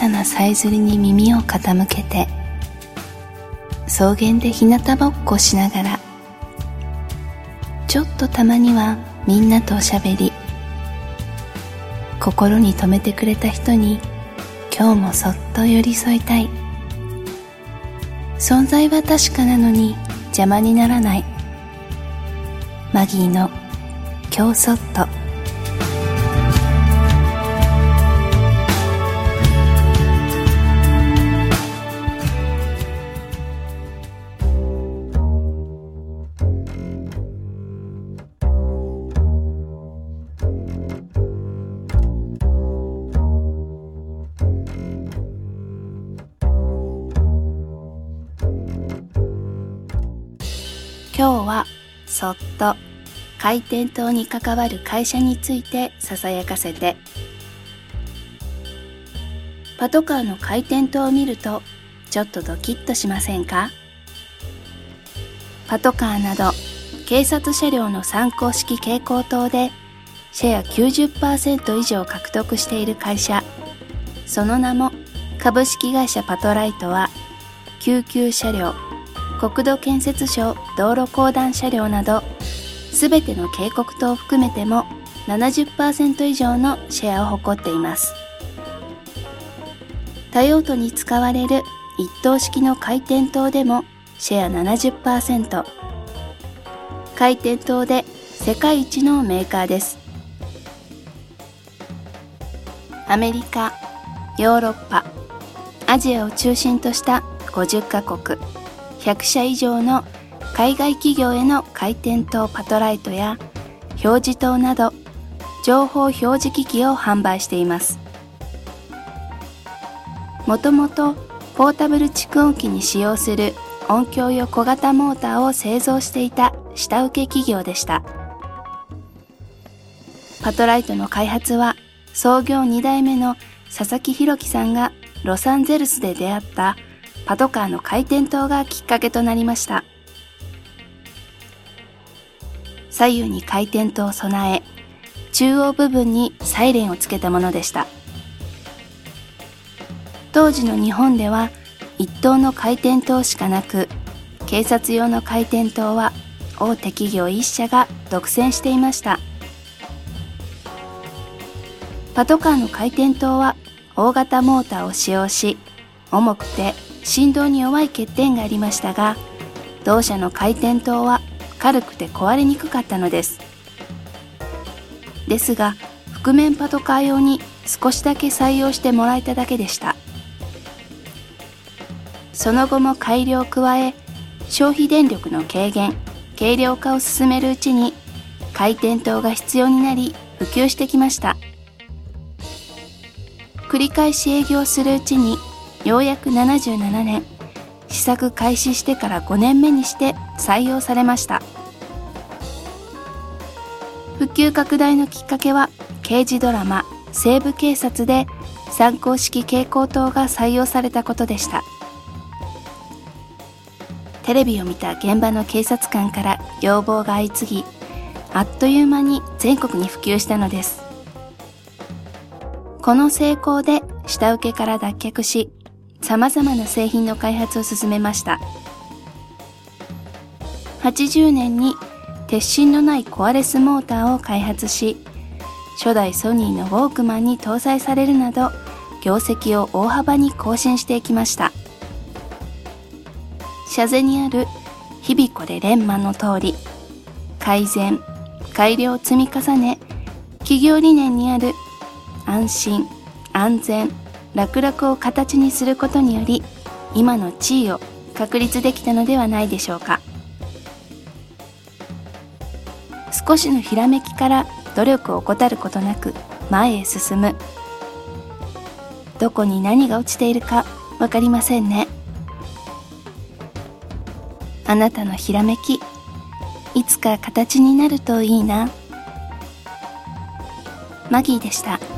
さなさえずりに耳を傾けて、草原で日向ぼっこしながら、ちょっとたまにはみんなとおしゃべり、心に留めてくれた人に今日もそっと寄り添いたい。存在は確かなのに邪魔にならない。マギーの今日そっと。今日はそっと回転灯に関わる会社についてささやかせて。パトカーの回転灯を見るとちょっとドキッとしませんか？パトカーなど警察車両の参考式蛍光灯でシェア 90% 以上獲得している会社、その名も株式会社パトライトは、救急車両、国土建設省道路公団車両などすべての警告灯を含めても 70% 以上のシェアを誇っています。多用途に使われる一灯式の回転灯でもシェア 70%。回転灯で世界一のメーカーです。アメリカ、ヨーロッパ、アジアを中心とした50カ国、100社以上の海外企業への回転灯パトライトや表示灯など情報表示機器を販売しています。もともとポータブル蓄音機に使用する音響用小型モーターを製造していた下請け企業でした。パトライトの開発は創業2代目の佐々木弘樹さんがロサンゼルスで出会ったパトカーの回転灯がきっかけとなりました。左右に回転灯を備え、中央部分にサイレンをつけたものでした。当時の日本では一灯の回転灯しかなく、警察用の回転灯は大手企業1社が独占していました。パトカーの回転灯は大型モーターを使用し、重くて振動に弱い欠点がありましたが、同社の回転灯は軽くて壊れにくかったのです。ですが、覆面パトカー用に少しだけ採用してもらえただけでした。その後も改良を加え、消費電力の軽減、軽量化を進めるうちに、回転灯が必要になり普及してきました。繰り返し営業するうちに、ようやく77年、試作開始してから5年目にして採用されました。普及拡大のきっかけは、刑事ドラマ「西部警察」で参考式蛍光灯が採用されたことでした。テレビを見た現場の警察官から要望が相次ぎ、あっという間に全国に普及したのです。この成功で下請けから脱却し、様々な製品の開発を進めました。80年に鉄芯のないコアレスモーターを開発し、初代ソニーのウォークマンに搭載されるなど、業績を大幅に更新していきました。社是にある日々これレンマの通り、改善、改良を積み重ね、企業理念にある安心、安全、楽々を形にすることにより、今の地位を確立できたのではないでしょうか。少しのひらめきから努力を怠ることなく前へ進む。どこに何が落ちているかわかりませんね。あなたのひらめき、いつか形になるといいな。マギーでした。